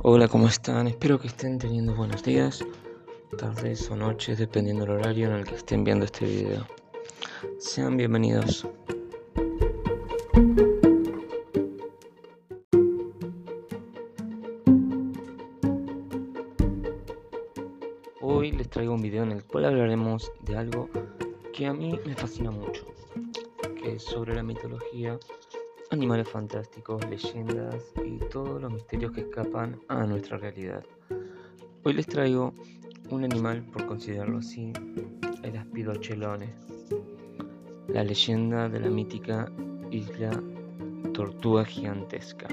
Hola, ¿cómo están? Espero que estén teniendo buenos días, tardes o noches, dependiendo del horario en el que estén viendo este video. Sean bienvenidos. Hoy les traigo un video en el cual hablaremos de algo que a mí me fascina mucho, que es sobre la mitología, animales fantásticos, leyendas y todos los misterios que escapan a nuestra realidad. Hoy les traigo un animal, por considerarlo así, el aspidochelone, la leyenda de la mítica isla Tortuga Gigantesca.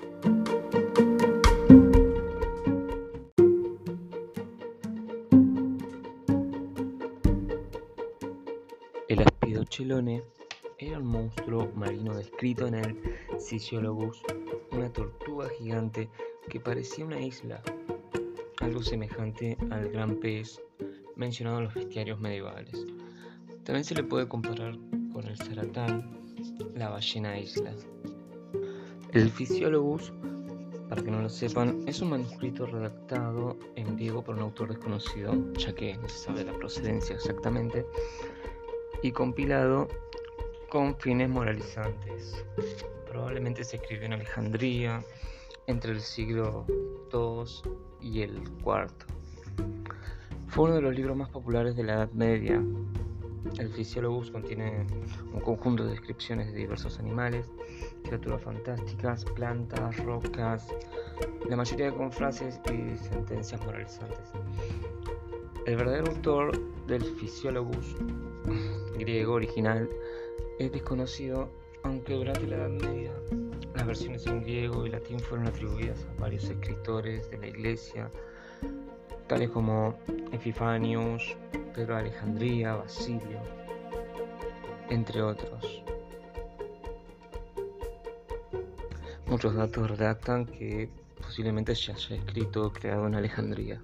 El aspidochelone era un monstruo marino descrito en el Physiologus, una tortuga gigante que parecía una isla, algo semejante al gran pez mencionado en los bestiarios medievales. También se le puede comparar con el zaratán, la ballena isla. El Physiologus, para que no lo sepan, es un manuscrito redactado en griego por un autor desconocido, ya que no se sabe la procedencia exactamente, y compilado con fines moralizantes. Probablemente se escribió en Alejandría entre el siglo II y el IV. Fue uno de los libros más populares de la Edad Media. El Physiologus contiene un conjunto de descripciones de diversos animales, criaturas fantásticas, plantas, rocas, la mayoría con frases y sentencias moralizantes. El verdadero autor del Physiologus griego original es desconocido, aunque durante la Edad Media las versiones en griego y latín fueron atribuidas a varios escritores de la Iglesia, tales como Epifanius, Pedro de Alejandría, Basilio, entre otros. Muchos datos redactan que posiblemente se haya escrito o creado en Alejandría.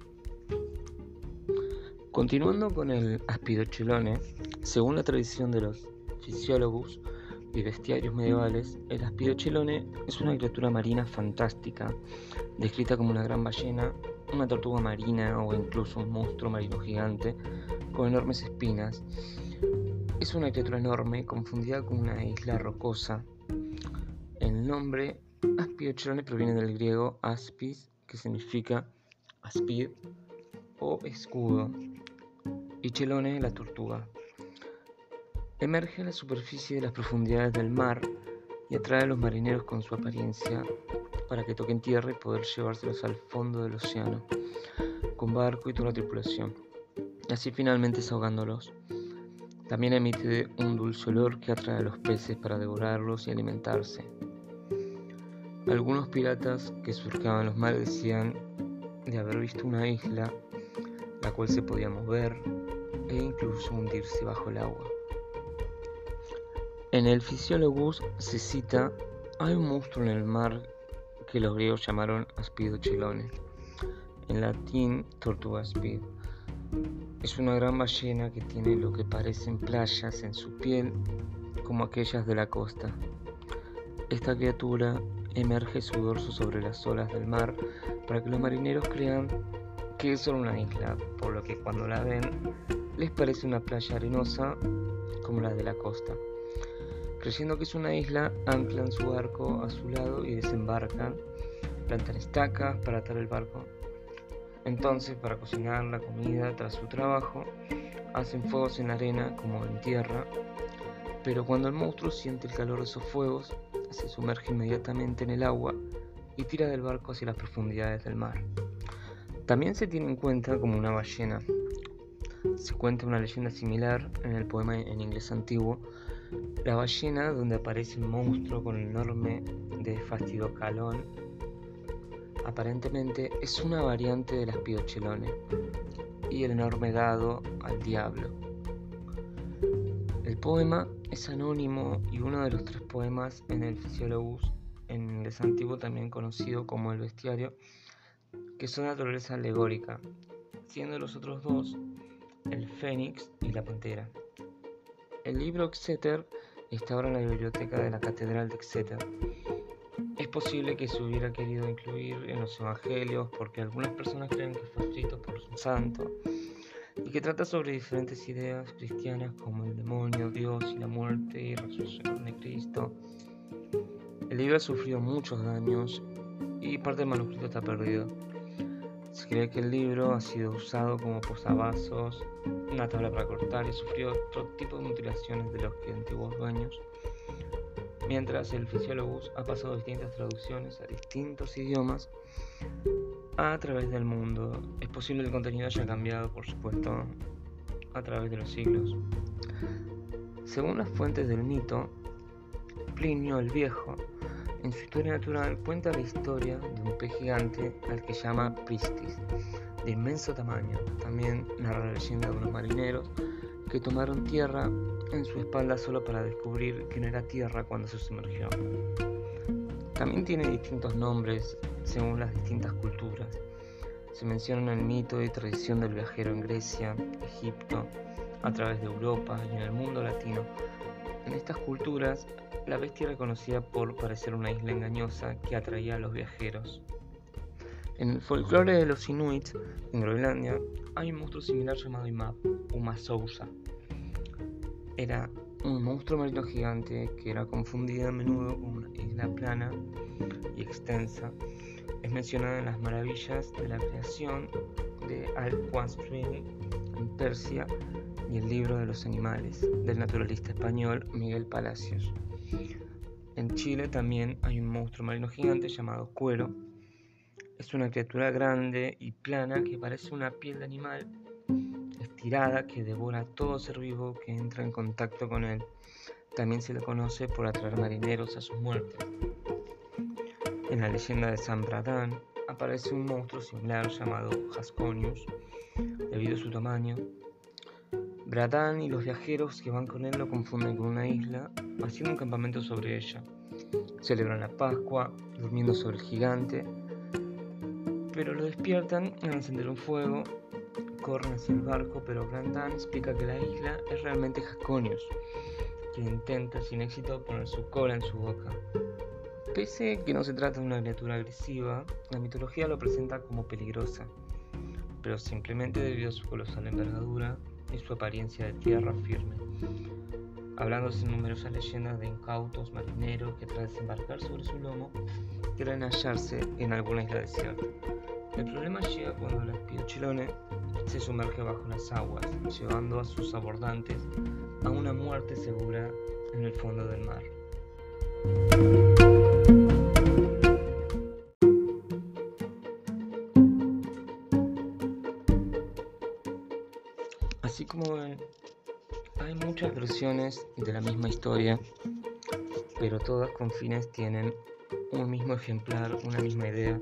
Continuando con el aspidochelone, según la tradición de los Physiologus y bestiarios medievales, el aspidochelone es una criatura marina fantástica, descrita como una gran ballena, una tortuga marina o incluso un monstruo marino gigante con enormes espinas. Es una criatura enorme confundida con una isla rocosa. El nombre aspidochelone proviene del griego aspis, que significa aspid o escudo, y chelone, la tortuga. Emerge a la superficie de las profundidades del mar y atrae a los marineros con su apariencia para que toquen tierra y poder llevárselos al fondo del océano con barco y toda la tripulación, así finalmente ahogándolos. También emite un dulce olor que atrae a los peces para devorarlos y alimentarse. Algunos piratas que surcaban los mares decían de haber visto una isla la cual se podía mover e incluso hundirse bajo el agua. En el Physiologus se cita: hay un monstruo en el mar que los griegos llamaron aspidochelone, en latín tortuga aspid. Es una gran ballena que tiene lo que parecen playas en su piel, como aquellas de la costa. Esta criatura emerge su dorso sobre las olas del mar para que los marineros crean que es solo una isla, por lo que cuando la ven les parece una playa arenosa como la de la costa. Creyendo que es una isla, anclan su barco a su lado y desembarcan, plantan estacas para atar el barco. Entonces, para cocinar la comida tras su trabajo, hacen fuegos en la arena como en tierra, pero cuando el monstruo siente el calor de esos fuegos, se sumerge inmediatamente en el agua y tira del barco hacia las profundidades del mar. También se tiene en cuenta como una ballena. Se cuenta una leyenda similar en el poema en inglés antiguo, La ballena, donde aparece un monstruo con el enorme de Fastidocalón. Aparentemente es una variante del aspidochelone y el enorme gado al diablo. El poema es anónimo y uno de los 3 poemas en el Physiologus en inglés antiguo, también conocido como el bestiario, que son de naturaleza alegórica, siendo los otros 2 el fénix y la pantera. El libro Exeter está ahora en la biblioteca de la Catedral de Exeter. Es es posible que se hubiera querido incluir en los evangelios porque algunas personas creen que fue escrito por un santo y que trata sobre diferentes ideas cristianas como el demonio, Dios y la muerte y resurrección de Cristo. El libro ha sufrido muchos daños y parte del manuscrito está perdido. Se cree que el libro ha sido usado como posavasos, una tabla para cortar y sufrió otro tipo de mutilaciones de los que antiguos dueños. Mientras el Physiologus ha pasado distintas traducciones a distintos idiomas a través del mundo. Es posible que el contenido haya cambiado, por supuesto, a través de los siglos. Según las fuentes del mito, Plinio el Viejo, en su historia natural, cuenta la historia de un pez gigante al que llama Pristis, de inmenso tamaño. También narra la leyenda de unos marineros que tomaron tierra en su espalda solo para descubrir que no era tierra cuando se sumergió. También tiene distintos nombres según las distintas culturas. Se menciona el mito y tradición del viajero en Grecia, Egipto, a través de Europa y en el mundo latino. En estas culturas, la bestia era conocida por parecer una isla engañosa que atraía a los viajeros. En el folclore de los Inuits, en Groenlandia, hay un monstruo similar llamado Umasousa. Era un monstruo marino gigante que era confundido a menudo con una isla plana y extensa. Es mencionado en las maravillas de la creación de Al-Qasimi en Persia y el libro de los animales del naturalista español Miguel Palacios. En Chile también hay un monstruo marino gigante llamado Cuero. Es una criatura grande y plana que parece una piel de animal estirada que devora a todo ser vivo que entra en contacto con él. También se le conoce por atraer marineros a sus muertes. En la leyenda de San Bradán aparece un monstruo similar llamado Hasconius, debido a su tamaño. Bradán y los viajeros que van con él lo confunden con una isla, haciendo un campamento sobre ella. Celebran la Pascua, durmiendo sobre el gigante, pero lo despiertan al encender un fuego. Corren hacia el barco, pero Bradán explica que la isla es realmente Hasconius, que intenta sin éxito poner su cola en su boca. Pese a que no se trata de una criatura agresiva, la mitología lo presenta como peligrosa, pero simplemente debido a su colosal envergadura y su apariencia de tierra firme, hablándose en numerosas leyendas de incautos marineros que tras desembarcar sobre su lomo creen hallarse en alguna isla desierta. El problema llega cuando el Spiochelone se sumerge bajo las aguas, llevando a sus abordantes a una muerte segura en el fondo del mar. Así como ven, hay muchas versiones de la misma historia, pero todas con fines tienen un mismo ejemplar, una misma idea.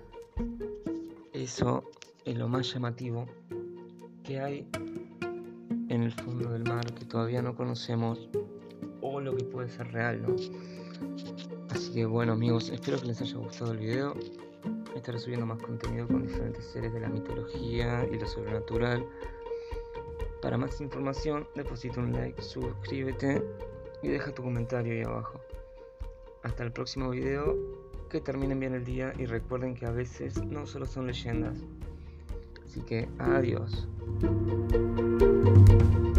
Eso es lo más llamativo que hay en el fondo del mar que todavía no conocemos, o lo que puede ser real, ¿no? Así que bueno amigos, espero que les haya gustado el video. Estaré subiendo más contenido con diferentes seres de la mitología y lo sobrenatural. Para más información, deposita un like, suscríbete y deja tu comentario ahí abajo. Hasta el próximo video, que terminen bien el día y recuerden que a veces no solo son leyendas. Así que adiós.